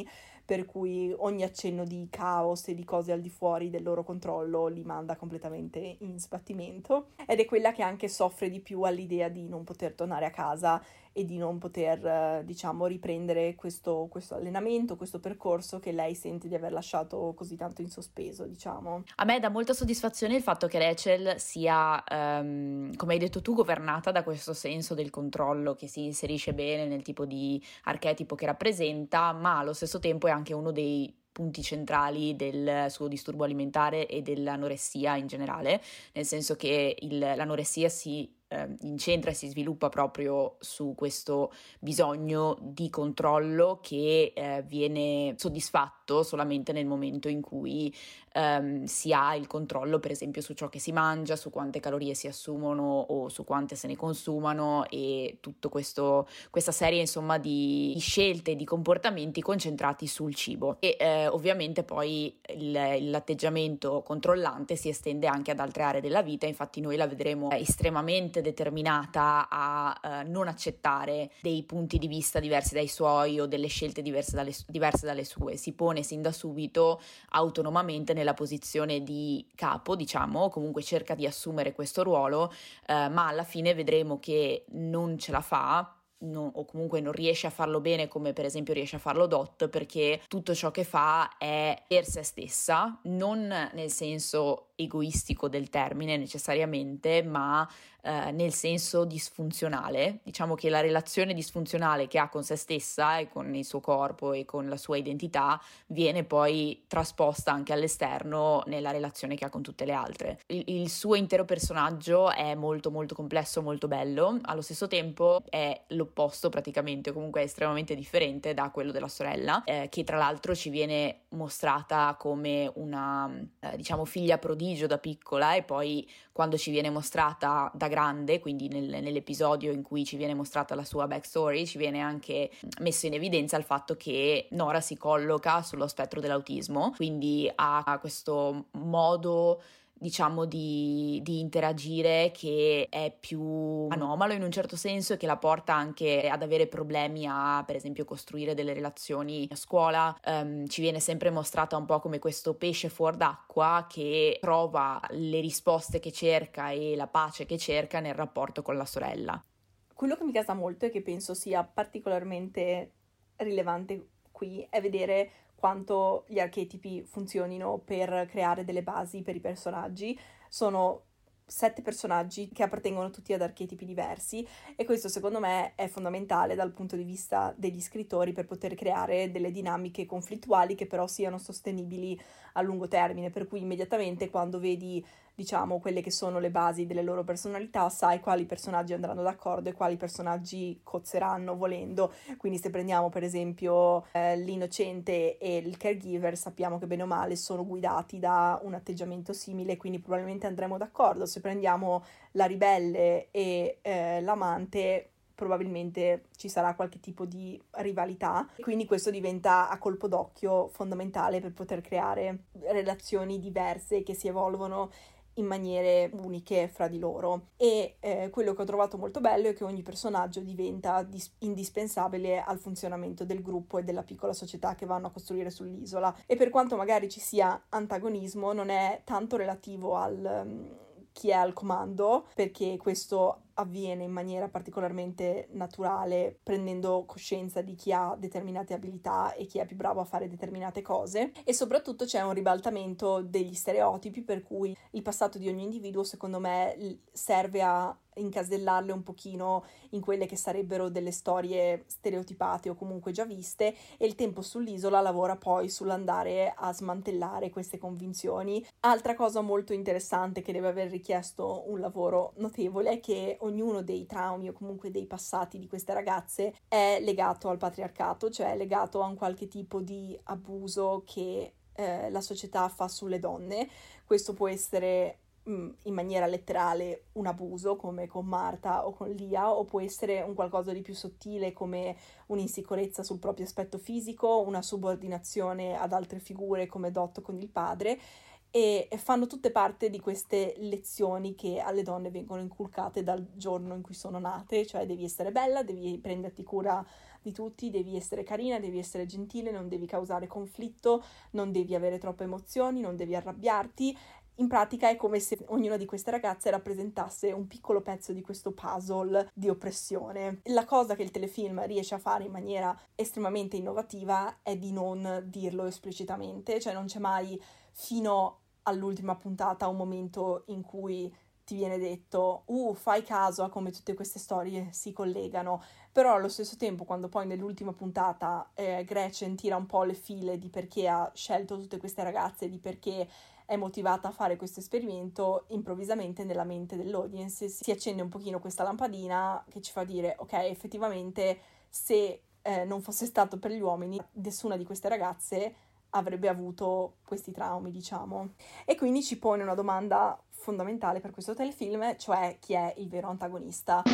per cui ogni accenno di caos e di cose al di fuori del loro controllo li manda completamente in sbattimento, ed è quella che anche soffre di più all'idea di non poter tornare a casa e di non poter, eh, diciamo, riprendere questo, questo allenamento, questo percorso che lei sente di aver lasciato così tanto in sospeso, diciamo. A me dà molta soddisfazione il fatto che Rachel sia, um, come hai detto tu, governata da questo senso del controllo che si inserisce bene nel tipo di archetipo che rappresenta, ma allo stesso tempo è anche uno dei punti centrali del suo disturbo alimentare e dell'anoressia in generale, nel senso che il, l'anoressia si incentra e si sviluppa proprio su questo bisogno di controllo che eh, viene soddisfatto solamente nel momento in cui ehm, si ha il controllo, per esempio, su ciò che si mangia, su quante calorie si assumono o su quante se ne consumano, e tutto questo, questa serie insomma di scelte, di comportamenti concentrati sul cibo. E eh, ovviamente poi il, l'atteggiamento controllante si estende anche ad altre aree della vita, infatti noi la vedremo estremamente determinata a uh, non accettare dei punti di vista diversi dai suoi o delle scelte diverse dalle, diverse dalle sue. Si pone sin da subito autonomamente nella posizione di capo, diciamo, comunque cerca di assumere questo ruolo, uh, ma alla fine vedremo che non ce la fa. Non, o comunque non riesce a farlo bene, come per esempio riesce a farlo Dot, perché tutto ciò che fa è per se stessa, non nel senso egoistico del termine necessariamente, ma eh, nel senso disfunzionale. Diciamo che la relazione disfunzionale che ha con se stessa e con il suo corpo e con la sua identità viene poi trasposta anche all'esterno nella relazione che ha con tutte le altre. Il, il suo intero personaggio è molto molto complesso, molto bello, allo stesso tempo è l'opposto praticamente, o comunque è estremamente differente da quello della sorella, eh, che tra l'altro ci viene mostrata come una eh, diciamo figlia prodigio da piccola, e poi quando ci viene mostrata da grande, quindi nel, nell'episodio in cui ci viene mostrata la sua backstory, ci viene anche messo in evidenza il fatto che Nora si colloca sullo spettro dell'autismo, quindi ha questo modo diciamo di, di interagire che è più anomalo in un certo senso, e che la porta anche ad avere problemi a, per esempio, costruire delle relazioni a scuola. Um, ci viene sempre mostrata un po' come questo pesce fuor d'acqua che trova le risposte che cerca e la pace che cerca nel rapporto con la sorella. Quello che mi casa molto e che penso sia particolarmente rilevante qui è vedere quanto gli archetipi funzionino per creare delle basi per i personaggi. Sono sette personaggi che appartengono tutti ad archetipi diversi, e questo secondo me è fondamentale dal punto di vista degli scrittori per poter creare delle dinamiche conflittuali che però siano sostenibili a lungo termine, per cui immediatamente quando vedi diciamo quelle che sono le basi delle loro personalità sai quali personaggi andranno d'accordo e quali personaggi cozzeranno volendo. Quindi se prendiamo per esempio eh, l'innocente e il caregiver, sappiamo che bene o male sono guidati da un atteggiamento simile, quindi probabilmente andremo d'accordo. Se prendiamo la ribelle e eh, l'amante, probabilmente ci sarà qualche tipo di rivalità, quindi questo diventa a colpo d'occhio fondamentale per poter creare relazioni diverse che si evolvono in maniere uniche fra di loro. E eh, quello che ho trovato molto bello è che ogni personaggio diventa dis- indispensabile al funzionamento del gruppo e della piccola società che vanno a costruire sull'isola, e per quanto magari ci sia antagonismo non è tanto relativo al um, chi è al comando, perché questo avviene in maniera particolarmente naturale, prendendo coscienza di chi ha determinate abilità e chi è più bravo a fare determinate cose, e soprattutto c'è un ribaltamento degli stereotipi, per cui il passato di ogni individuo secondo me serve a incasellarle un pochino in quelle che sarebbero delle storie stereotipate o comunque già viste, e il tempo sull'isola lavora poi sull'andare a smantellare queste convinzioni. Altra cosa molto interessante che deve aver richiesto un lavoro notevole è che ognuno dei traumi o comunque dei passati di queste ragazze è legato al patriarcato, cioè legato a un qualche tipo di abuso che eh, la società fa sulle donne. Questo può essere in maniera letterale un abuso come con Marta o con Lia, o può essere un qualcosa di più sottile come un'insicurezza sul proprio aspetto fisico, una subordinazione ad altre figure come Dot con il padre, e fanno tutte parte di queste lezioni che alle donne vengono inculcate dal giorno in cui sono nate, cioè devi essere bella, devi prenderti cura di tutti, devi essere carina, devi essere gentile, non devi causare conflitto, non devi avere troppe emozioni, non devi arrabbiarti. In pratica è come se ognuna di queste ragazze rappresentasse un piccolo pezzo di questo puzzle di oppressione. La cosa che il telefilm riesce a fare in maniera estremamente innovativa è di non dirlo esplicitamente, cioè non c'è mai fino all'ultima puntata un momento in cui ti viene detto uh, fai caso a come tutte queste storie si collegano, però allo stesso tempo quando poi nell'ultima puntata eh, Gretchen tira un po' le file di perché ha scelto tutte queste ragazze, di perché è motivata a fare questo esperimento, improvvisamente nella mente dell'audience si accende un pochino questa lampadina che ci fa dire ok, effettivamente se eh, non fosse stato per gli uomini nessuna di queste ragazze avrebbe avuto questi traumi, diciamo. E quindi ci pone una domanda fondamentale per questo telefilm, cioè chi è il vero antagonista.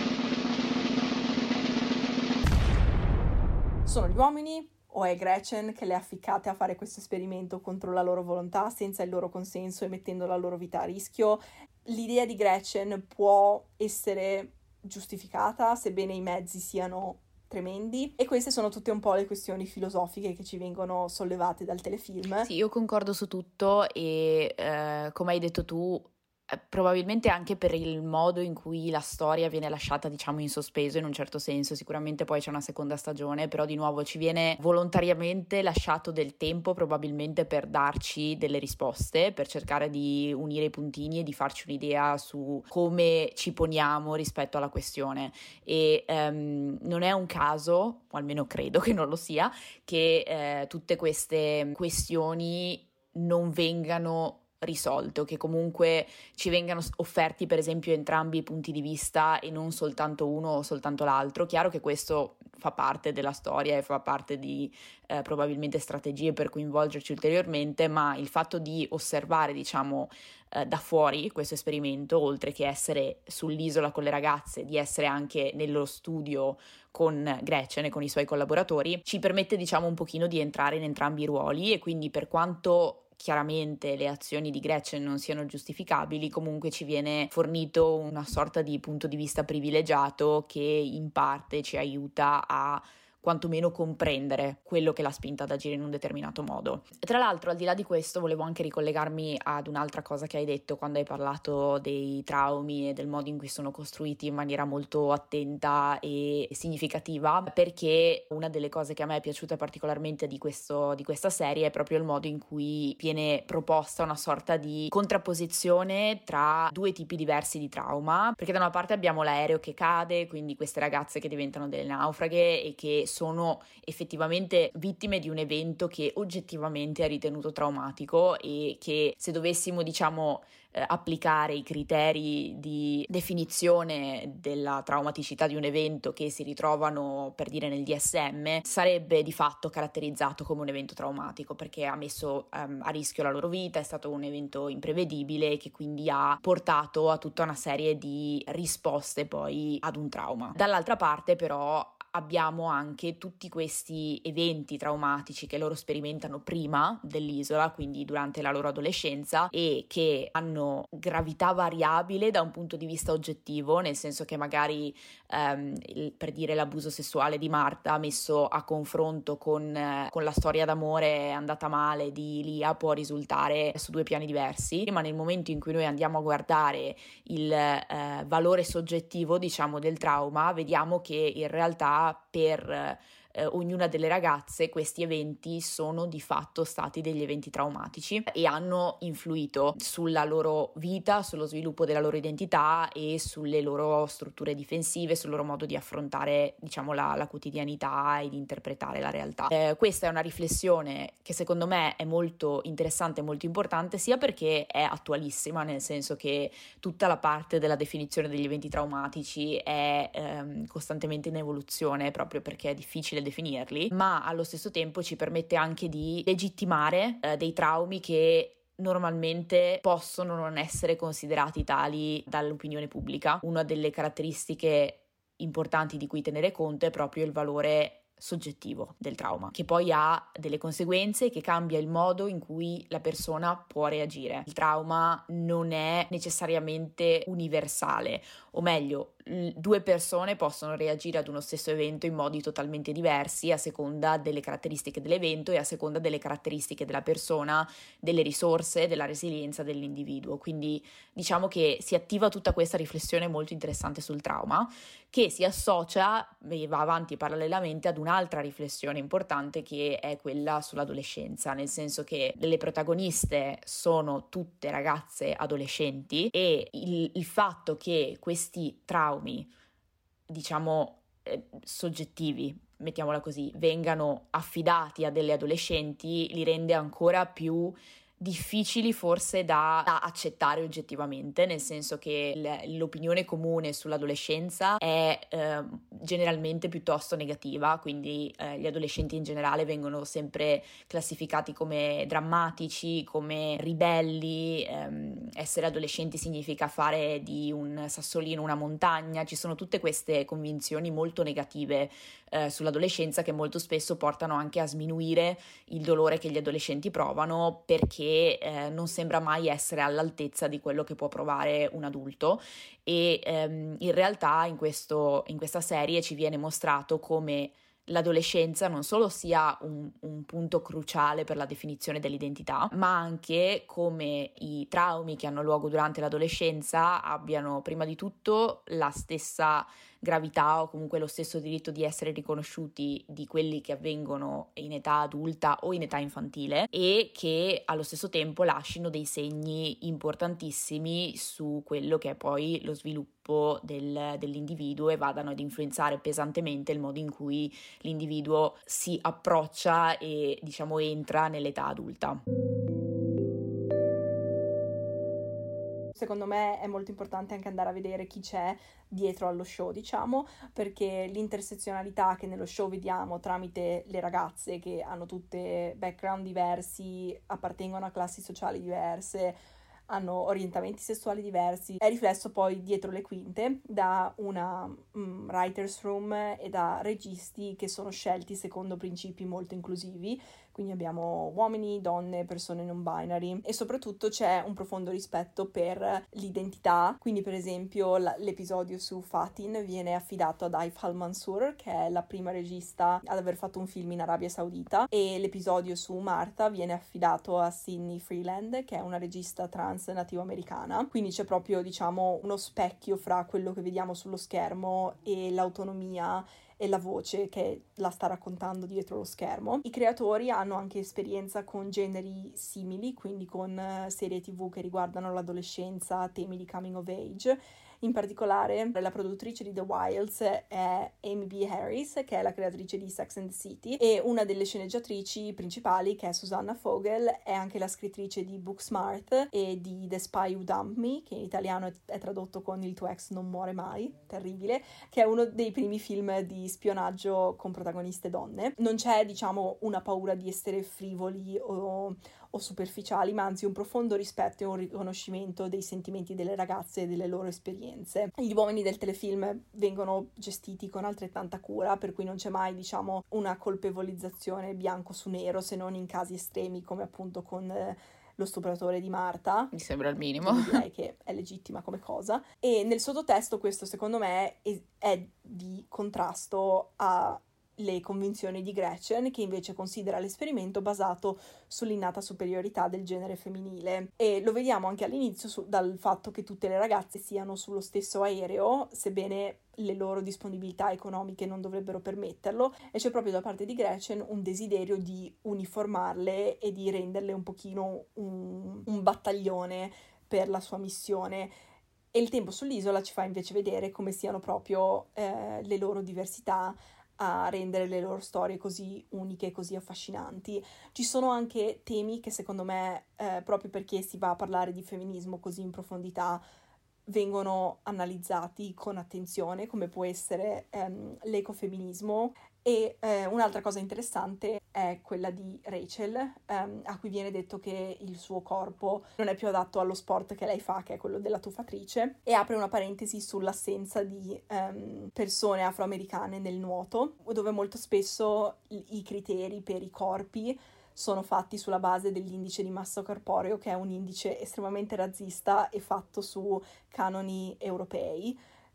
Sono gli uomini o è Gretchen che le ha ficcate a fare questo esperimento contro la loro volontà, senza il loro consenso e mettendo la loro vita a rischio? L'idea di Gretchen può essere giustificata, sebbene i mezzi siano tremendi, e queste sono tutte un po' le questioni filosofiche che ci vengono sollevate dal telefilm. Sì, io concordo su tutto e eh, come hai detto tu, eh, probabilmente anche per il modo in cui la storia viene lasciata, diciamo, in sospeso in un certo senso. Sicuramente poi c'è una seconda stagione, però di nuovo ci viene volontariamente lasciato del tempo probabilmente per darci delle risposte, per cercare di unire i puntini e di farci un'idea su come ci poniamo rispetto alla questione. E um, non è un caso, o almeno credo che non lo sia, che eh, tutte queste questioni non vengano risolte, o che comunque ci vengano offerti per esempio entrambi i punti di vista e non soltanto uno o soltanto l'altro. Chiaro che questo fa parte della storia e fa parte di eh, probabilmente strategie per coinvolgerci ulteriormente, ma il fatto di osservare, diciamo, eh, da fuori questo esperimento, oltre che essere sull'isola con le ragazze, di essere anche nello studio con Gretchen e con i suoi collaboratori, ci permette, diciamo, un pochino di entrare in entrambi i ruoli. E quindi, per quanto chiaramente le azioni di Gretchen non siano giustificabili, comunque ci viene fornito una sorta di punto di vista privilegiato che in parte ci aiuta a quantomeno comprendere quello che l'ha spinta ad agire in un determinato modo. E tra l'altro, al di là di questo, volevo anche ricollegarmi ad un'altra cosa che hai detto quando hai parlato dei traumi e del modo in cui sono costruiti in maniera molto attenta e significativa, perché una delle cose che a me è piaciuta particolarmente di, questo, di questa serie è proprio il modo in cui viene proposta una sorta di contrapposizione tra due tipi diversi di trauma, perché da una parte abbiamo l'aereo che cade, quindi queste ragazze che diventano delle naufraghe e che sono effettivamente vittime di un evento che oggettivamente è ritenuto traumatico, e che se dovessimo, diciamo, eh, applicare i criteri di definizione della traumaticità di un evento che si ritrovano, per dire, nel D S M, sarebbe di fatto caratterizzato come un evento traumatico, perché ha messo um, a rischio la loro vita, è stato un evento imprevedibile che quindi ha portato a tutta una serie di risposte poi ad un trauma. Dall'altra parte però abbiamo anche tutti questi eventi traumatici che loro sperimentano prima dell'isola, quindi durante la loro adolescenza, e che hanno gravità variabile da un punto di vista oggettivo, nel senso che magari ehm, il, per dire l'abuso sessuale di Marta messo a confronto con, eh, con la storia d'amore andata male di Lia può risultare su due piani diversi, ma nel momento in cui noi andiamo a guardare il eh, valore soggettivo, diciamo, del trauma, vediamo che in realtà per eh, ognuna delle ragazze questi eventi sono di fatto stati degli eventi traumatici e hanno influito sulla loro vita, sullo sviluppo della loro identità e sulle loro strutture difensive, sul loro modo di affrontare, diciamo, la, la quotidianità e di interpretare la realtà. Eh, questa è una riflessione che secondo me è molto interessante e molto importante, sia perché è attualissima, nel senso che tutta la parte della definizione degli eventi traumatici è ehm, costantemente in evoluzione, proprio perché è difficile definirli, ma allo stesso tempo ci permette anche di legittimare eh, dei traumi che normalmente possono non essere considerati tali dall'opinione pubblica. Una delle caratteristiche importanti di cui tenere conto è proprio il valore soggettivo del trauma, che poi ha delle conseguenze, che cambia il modo in cui la persona può reagire. Il trauma non è necessariamente universale, o meglio, due persone possono reagire ad uno stesso evento in modi totalmente diversi a seconda delle caratteristiche dell'evento e a seconda delle caratteristiche della persona, delle risorse, della resilienza dell'individuo. Quindi diciamo che si attiva tutta questa riflessione molto interessante sul trauma, che si associa e va avanti parallelamente ad un'altra riflessione importante, che è quella sull'adolescenza, nel senso che le protagoniste sono tutte ragazze adolescenti e il, il fatto che questi traumi, diciamo eh, soggettivi, mettiamola così, vengano affidati a delle adolescenti li rende ancora più difficili forse da, da accettare oggettivamente, nel senso che l- l'opinione comune sull'adolescenza è eh, generalmente piuttosto negativa, quindi eh, gli adolescenti in generale vengono sempre classificati come drammatici, come ribelli, ehm, essere adolescenti significa fare di un sassolino una montagna, ci sono tutte queste convinzioni molto negative eh, sull'adolescenza che molto spesso portano anche a sminuire il dolore che gli adolescenti provano, perché Eh, non sembra mai essere all'altezza di quello che può provare un adulto e ehm, in realtà in, questo, in questa serie ci viene mostrato come l'adolescenza non solo sia un, un punto cruciale per la definizione dell'identità, ma anche come i traumi che hanno luogo durante l'adolescenza abbiano prima di tutto la stessa gravità o comunque lo stesso diritto di essere riconosciuti di quelli che avvengono in età adulta o in età infantile, e che allo stesso tempo lasciano dei segni importantissimi su quello che è poi lo sviluppo del, dell'individuo e vadano ad influenzare pesantemente il modo in cui l'individuo si approccia e diciamo entra nell'età adulta. Secondo me è molto importante anche andare a vedere chi c'è dietro allo show, diciamo, perché l'intersezionalità che nello show vediamo tramite le ragazze che hanno tutte background diversi, appartengono a classi sociali diverse, hanno orientamenti sessuali diversi, è riflesso poi dietro le quinte da una um, writer's room e da registi che sono scelti secondo principi molto inclusivi, quindi abbiamo uomini, donne, persone non binary, e soprattutto c'è un profondo rispetto per l'identità. Quindi per esempio l- l'episodio su Fatin viene affidato ad Aif Al-Mansour, che è la prima regista ad aver fatto un film in Arabia Saudita, e l'episodio su Martha viene affidato a Sydney Freeland, che è una regista trans nativo americana. Quindi c'è proprio, diciamo, uno specchio fra quello che vediamo sullo schermo e l'autonomia e la voce che la sta raccontando dietro lo schermo. I creatori hanno anche esperienza con generi simili, quindi con uh, serie tv che riguardano l'adolescenza, temi di coming of age. In particolare la produttrice di The Wilds è Amy B. Harris, che è la creatrice di Sex and the City, e una delle sceneggiatrici principali, che è Susanna Fogel, è anche la scrittrice di Booksmart e di The Spy Who Dumped Me, che in italiano è, è tradotto con Il tuo ex non muore mai, terribile, che è uno dei primi film di spionaggio con protagoniste donne. Non c'è, diciamo, una paura di essere frivoli o o superficiali, ma anzi un profondo rispetto e un riconoscimento dei sentimenti delle ragazze e delle loro esperienze. Gli uomini del telefilm vengono gestiti con altrettanta cura, per cui non c'è mai, diciamo, una colpevolizzazione bianco su nero, se non in casi estremi come appunto con eh, lo stupratore di Marta. Mi sembra il minimo. Direi che è legittima come cosa. E nel sottotesto questo secondo me è, è di contrasto a le convinzioni di Gretchen, che invece considera l'esperimento basato sull'innata superiorità del genere femminile, e lo vediamo anche all'inizio su, dal fatto che tutte le ragazze siano sullo stesso aereo, sebbene le loro disponibilità economiche non dovrebbero permetterlo, e c'è proprio da parte di Gretchen un desiderio di uniformarle e di renderle un pochino un, un battaglione per la sua missione. E il tempo sull'isola ci fa invece vedere come siano proprio eh, le loro diversità a rendere le loro storie così uniche, così affascinanti. Ci sono anche temi che secondo me, eh, proprio perché si va a parlare di femminismo così in profondità, vengono analizzati con attenzione, come può essere ehm, l'ecofemminismo. E eh, un'altra cosa interessante è quella di Rachel, ehm, a cui viene detto che il suo corpo non è più adatto allo sport che lei fa, che è quello della tuffatrice, e apre una parentesi sull'assenza di ehm, persone afroamericane nel nuoto, dove molto spesso i, i criteri per i corpi sono fatti sulla base dell'indice di massa corporeo, che è un indice estremamente razzista e fatto su canoni europei.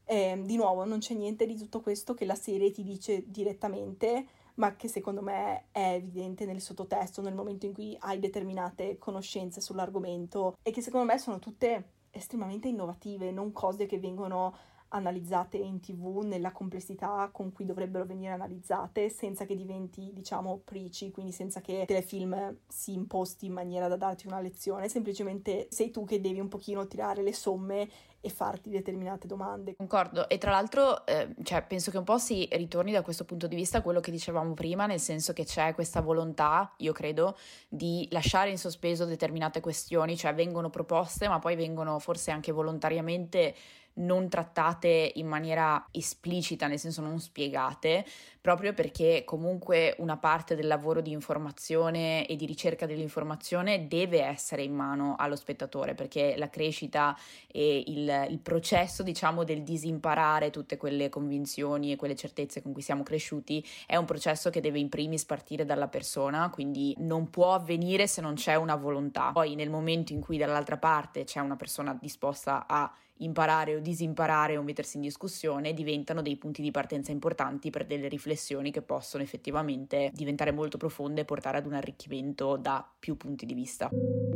Eh, di nuovo, non c'è niente di tutto questo che la serie ti dice direttamente, ma che secondo me è evidente nel sottotesto, nel momento in cui hai determinate conoscenze sull'argomento, e che secondo me sono tutte estremamente innovative, non cose che vengono analizzate in tv nella complessità con cui dovrebbero venire analizzate, senza che diventi, diciamo, preachy, quindi senza che il telefilm si imposti in maniera da darti una lezione, semplicemente sei tu che devi un pochino tirare le somme e farti determinate domande. Concordo, e tra l'altro eh, cioè, penso che un po' si ritorni da questo punto di vista a quello che dicevamo prima, nel senso che c'è questa volontà, io credo, di lasciare in sospeso determinate questioni, cioè vengono proposte ma poi vengono forse anche volontariamente non trattate in maniera esplicita, nel senso non spiegate, proprio perché comunque una parte del lavoro di informazione e di ricerca dell'informazione deve essere in mano allo spettatore, perché la crescita e il, il processo, diciamo, del disimparare tutte quelle convinzioni e quelle certezze con cui siamo cresciuti è un processo che deve in primis partire dalla persona, quindi non può avvenire se non c'è una volontà. Poi nel momento in cui dall'altra parte c'è una persona disposta a imparare o disimparare o mettersi in discussione, diventano dei punti di partenza importanti per delle riflessioni che possono effettivamente diventare molto profonde e portare ad un arricchimento da più punti di vista.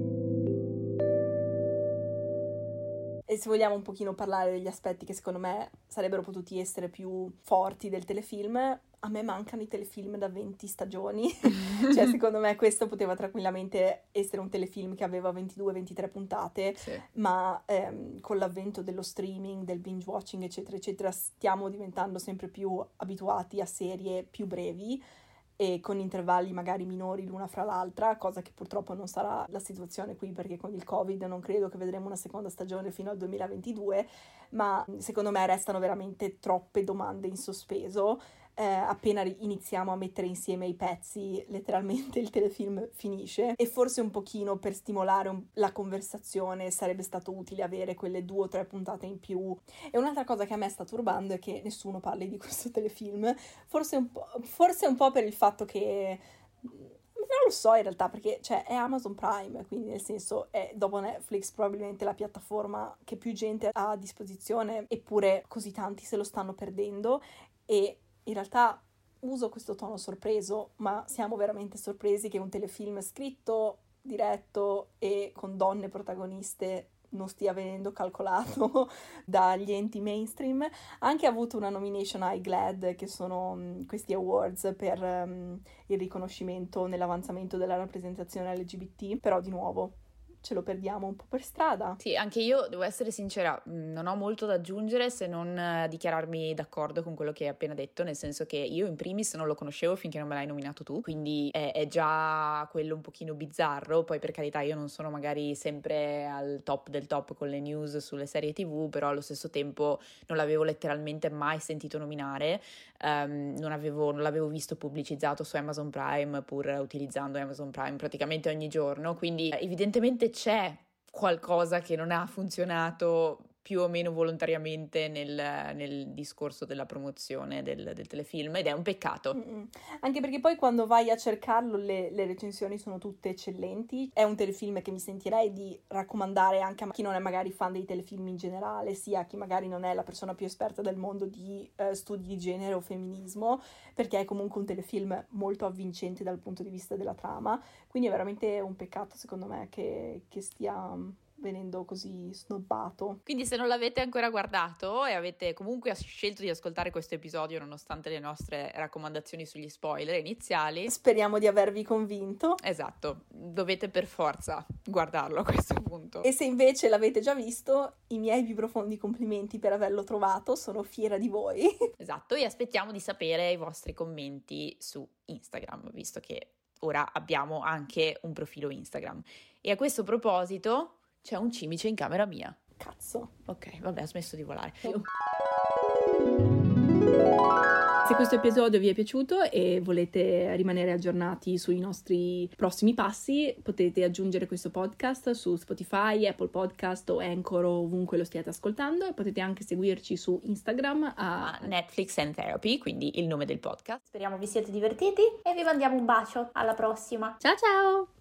E se vogliamo un pochino parlare degli aspetti che secondo me sarebbero potuti essere più forti del telefilm, a me mancano i telefilm da venti stagioni, cioè secondo me questo poteva tranquillamente essere un telefilm che aveva ventidue ventitré puntate, sì. ma ehm, con l'avvento dello streaming, del binge watching eccetera eccetera, stiamo diventando sempre più abituati a serie più brevi e con intervalli magari minori l'una fra l'altra, cosa che purtroppo non sarà la situazione qui, perché con il Covid non credo che vedremo una seconda stagione fino al duemilaventidue, ma secondo me restano veramente troppe domande in sospeso. Eh, appena iniziamo a mettere insieme i pezzi, letteralmente il telefilm finisce, e forse un pochino per stimolare un, la conversazione sarebbe stato utile avere quelle due o tre puntate in più. E un'altra cosa che a me sta turbando è che nessuno parli di questo telefilm, forse un po', forse un po' per il fatto che non lo so in realtà, perché cioè, è Amazon Prime, quindi nel senso è dopo Netflix probabilmente la piattaforma che più gente ha a disposizione, eppure così tanti se lo stanno perdendo. E in realtà uso questo tono sorpreso, ma siamo veramente sorpresi che un telefilm scritto, diretto e con donne protagoniste non stia venendo calcolato dagli enti mainstream. Ha anche avuto una nomination ai GLAAD, che sono um, questi awards per um, il riconoscimento nell'avanzamento della rappresentazione L G B T, però di nuovo ce lo perdiamo un po' per strada. Sì, anche io devo essere sincera, non ho molto da aggiungere se non dichiararmi d'accordo con quello che hai appena detto, nel senso che io in primis non lo conoscevo finché non me l'hai nominato tu, quindi è, è già quello un pochino bizzarro. Poi per carità io non sono magari sempre al top del top con le news sulle serie tv, però allo stesso tempo non l'avevo letteralmente mai sentito nominare, um, non, avevo, non l'avevo visto pubblicizzato su Amazon Prime, pur utilizzando Amazon Prime praticamente ogni giorno, quindi evidentemente c'è qualcosa che non ha funzionato più o meno volontariamente nel, nel discorso della promozione del, del telefilm, ed è un peccato. Mm-mm. Anche perché poi quando vai a cercarlo le, le recensioni sono tutte eccellenti. È un telefilm che mi sentirei di raccomandare anche a chi non è magari fan dei telefilm in generale, sia a chi magari non è la persona più esperta del mondo di eh, studi di genere o femminismo, perché è comunque un telefilm molto avvincente dal punto di vista della trama. Quindi è veramente un peccato secondo me che, che stia venendo così snobbato. Quindi se non l'avete ancora guardato e avete comunque scelto di ascoltare questo episodio nonostante le nostre raccomandazioni sugli spoiler iniziali, speriamo di avervi convinto. Esatto, dovete per forza guardarlo a questo punto. E se invece l'avete già visto, i miei più profondi complimenti per averlo trovato, sono fiera di voi. Esatto, e aspettiamo di sapere i vostri commenti su Instagram, visto che ora abbiamo anche un profilo Instagram. E a questo proposito c'è un cimice in camera mia. Cazzo. Ok, vabbè, ho smesso di volare. Se questo episodio vi è piaciuto e volete rimanere aggiornati sui nostri prossimi passi, potete aggiungere questo podcast su Spotify, Apple Podcast o Anchor o ovunque lo stiate ascoltando, e potete anche seguirci su Instagram a Netflix and Therapy, quindi il nome del podcast. Speriamo vi siete divertiti e vi mandiamo un bacio. Alla prossima. Ciao ciao!